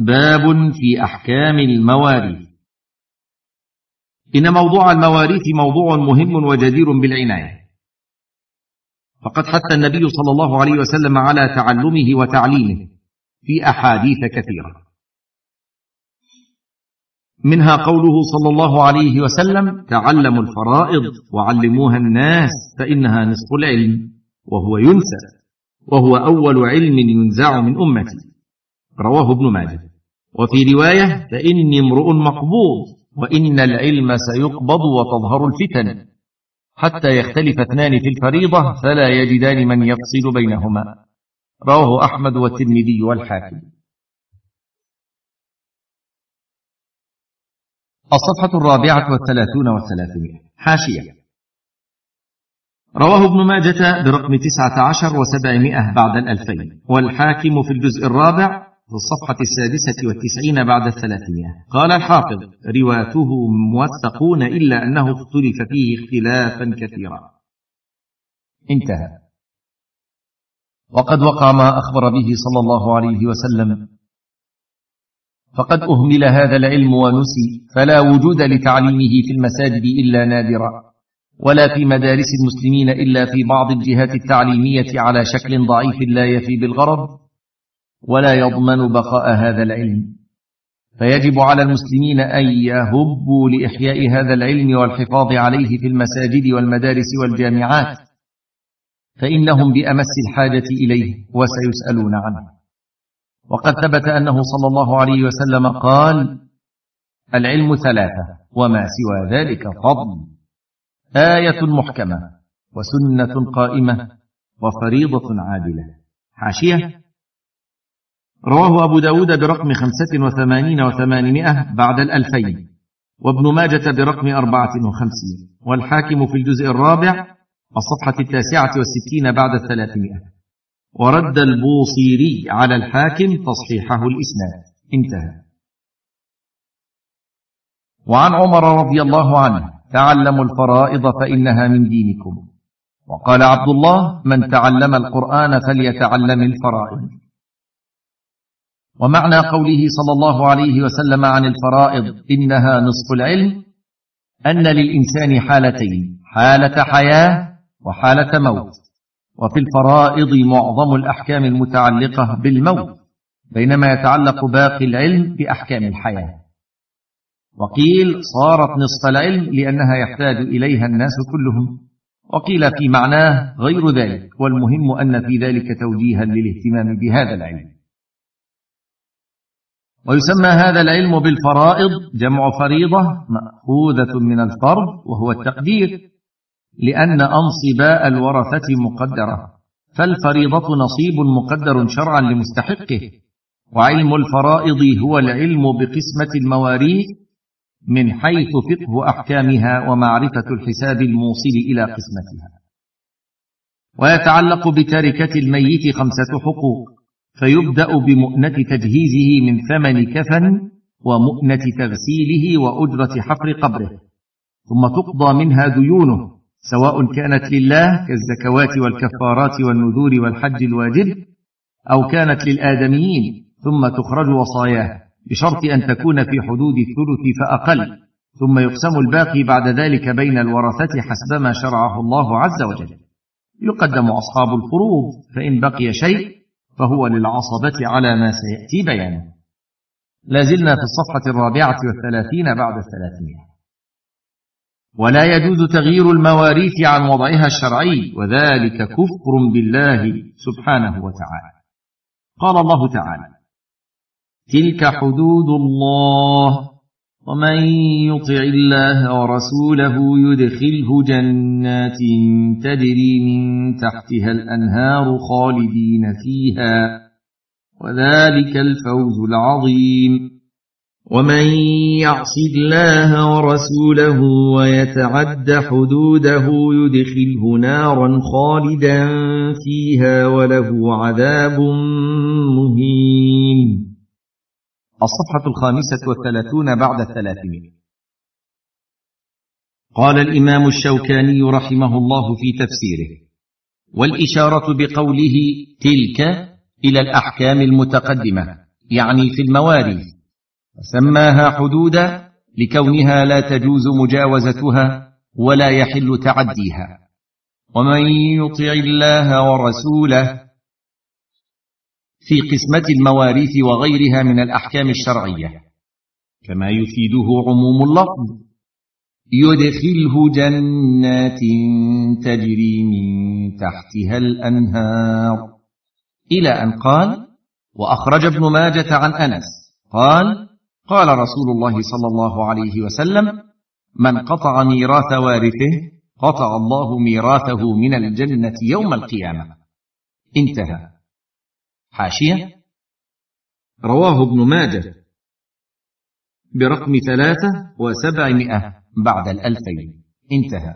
باب في أحكام المواريث. إن موضوع المواريث موضوع مهم وجدير بالعناية، فقد حث النبي صلى الله عليه وسلم على تعلمه وتعليمه في أحاديث كثيرة، منها قوله صلى الله عليه وسلم: تعلموا الفرائض وعلموها الناس فإنها نصف العلم وهو ينسى، وهو أول علم ينزع من أمتي. رواه ابن ماجه. وفي رواية: فإني امرؤ مقبوض وإن العلم سيقبض وتظهر الفتن حتى يختلف اثنان في الفريضة فلا يجدان من يفصل بينهما. رواه أحمد والترمذي والحاكم. الصفحة 34 و300. حاشية. رواه ابن ماجة برقم 19 و700 بعد 2000، والحاكم في الجزء الرابع في الصفحة 96 بعد 300. قال الحافظ: رواته موثقون إلا أنه اختلف فيه اختلافا كثيرا. انتهى. وقد وقع ما أخبر به صلى الله عليه وسلم، فقد أهمل هذا العلم ونسي، فلا وجود لتعليمه في المساجد إلا نادرا، ولا في مدارس المسلمين إلا في بعض الجهات التعليمية على شكل ضعيف لا يفي بالغرض ولا يضمن بقاء هذا العلم. فيجب على المسلمين أن يهبوا لإحياء هذا العلم والحفاظ عليه في المساجد والمدارس والجامعات، فإنهم بأمس الحاجة إليه وسيسألون عنه. وقد ثبت أنه صلى الله عليه وسلم قال: العلم ثلاثة وما سوى ذلك فضل: آية محكمة، وسنة قائمة، وفريضة عادلة. حاشية. رواه أبو داود برقم 85 و800 بعد 2000، وابن ماجة برقم 54، والحاكم في الجزء الرابع الصفحة 69 بعد 300. ورد البوصيري على الحاكم تصحيحه الإسناد. انتهى. وعن عمر رضي الله عنه: تعلموا الفرائض فإنها من دينكم. وقال عبد الله: من تعلم القرآن فليتعلم الفرائض. ومعنى قوله صلى الله عليه وسلم عن الفرائض إنها نصف العلم أن للإنسان حالتين: حالة حياة وحالة موت. وفي الفرائض معظم الأحكام المتعلقة بالموت، بينما يتعلق باقي العلم بأحكام الحياة. وقيل صارت نصف العلم لأنها يحتاج إليها الناس كلهم، وقيل في معناه غير ذلك، والمهم أن في ذلك توجيها للاهتمام بهذا العلم. ويسمى هذا العلم بالفرائض جمع فريضة مأخوذة من الفرض وهو التقدير، لأن أنصباء الورثة مقدرة، فالفريضة نصيب مقدر شرعا لمستحقه. وعلم الفرائض هو العلم بقسمة المواريث من حيث فقه أحكامها ومعرفة الحساب الموصل إلى قسمتها. ويتعلق بتركة الميت 5 حقوق، فيبدأ بمؤنة تجهيزه من ثمن كفن، ومؤنة تغسيله، وأجرة حفر قبره، ثم تقضى منها ديونه، سواء كانت لله كالزكوات والكفارات والنذور والحج الواجب، أو كانت للآدميين، ثم تخرج وصاياه بشرط أن تكون في حدود الثلث فأقل، ثم يقسم الباقي بعد ذلك بين الورثة حسب ما شرعه الله عز وجل. يقدم أصحاب الفروض، فإن بقي شيء فهو للعصبة على ما سيأتي بيانه. لازلنا في الصفحة 34 بعد 300. ولا يجوز تغيير المواريث عن وضعها الشرعي، وذلك كفر بالله سبحانه وتعالى. قال الله تعالى: تلك حدود الله، ومن يطع الله ورسوله يدخله جنات تجري من تحتها الأنهار خالدين فيها، وذلك الفوز العظيم. ومن يعص الله ورسوله ويتعد حدوده يدخله نارا خالدا فيها وله عذاب مهين. الصفحة 35 بعد 300. قال الإمام الشوكاني رحمه الله في تفسيره: والإشارة بقوله تلك إلى الأحكام المتقدمة، يعني في المواريث، فسماها حدودا لكونها لا تجوز مجاوزتها ولا يحل تعديها. ومن يطع الله ورسوله في قسمة المواريث وغيرها من الأحكام الشرعية، كما يفيده عموم اللفظ، يدخله جنات تجري من تحتها الأنهار، إلى أن قال: وأخرج ابن ماجة عن أنس قال: قال رسول الله صلى الله عليه وسلم: من قطع ميراث وارثه قطع الله ميراثه من الجنة يوم القيامة. انتهى. حاشية: رواه ابن ماجه برقم 3,700 بعد 2000. انتهى.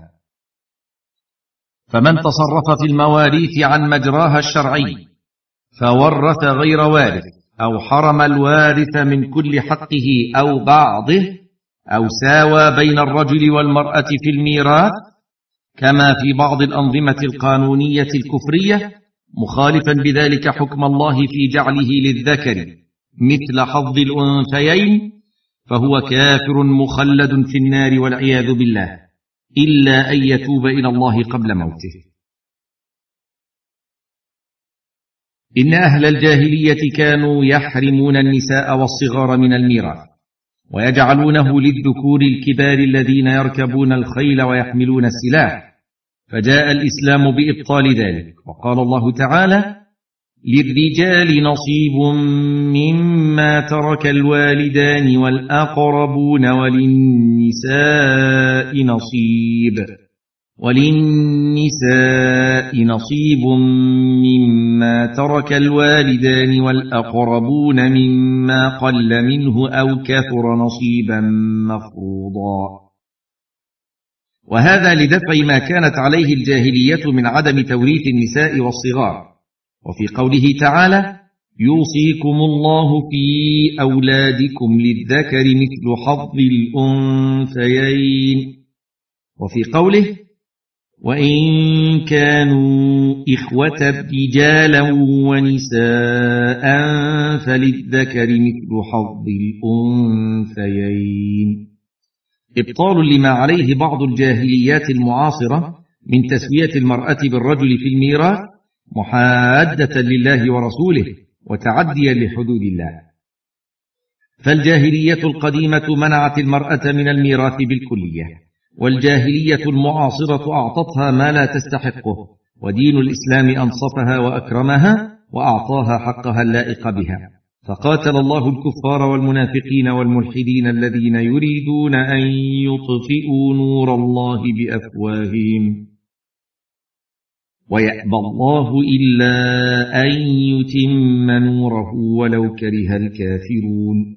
فمن تصرف في المواريث عن مجراها الشرعي فورث غير وارث، أو حرم الوارث من كل حقه أو بعضه، أو ساوى بين الرجل والمرأة في الميراث، كما في بعض الأنظمة القانونية الكفرية، مخالفا بذلك حكم الله في جعله للذكر مثل حظ الأنثيين، فهو كافر مخلد في النار والعياذ بالله، إلا أن يتوب إلى الله قبل موته. إن أهل الجاهلية كانوا يحرمون النساء والصغار من الميراث، ويجعلونه للذكور الكبار الذين يركبون الخيل ويحملون السلاح، فجاء الإسلام بإبطال ذلك، وقال الله تعالى: للرجال نصيب مما ترك الوالدان والأقربون وللنساء نصيب مما ترك الوالدان والأقربون مما قل منه أو كثر نصيبا مفروضا. وهذا لدفع ما كانت عليه الجاهلية من عدم توريث النساء والصغار. وفي قوله تعالى: يوصيكم الله في أولادكم للذكر مثل حظ الأنثيين. وفي قوله: وإن كانوا إخوة رجالا ونساء فللذكر مثل حظ الأنثيين. إبطال لما عليه بعض الجاهليات المعاصرة من تسوية المرأة بالرجل في الميراث، محادة لله ورسوله وتعديا لحدود الله. فالجاهلية القديمة منعت المرأة من الميراث بالكلية، والجاهلية المعاصرة أعطتها ما لا تستحقه، ودين الإسلام أنصفها وأكرمها وأعطاها حقها اللائق بها. فقاتل الله الكفار والمنافقين والملحدين الذين يريدون أن يطفئوا نور الله بأفواههم، ويأبى الله إلا أن يتم نوره ولو كره الكافرون.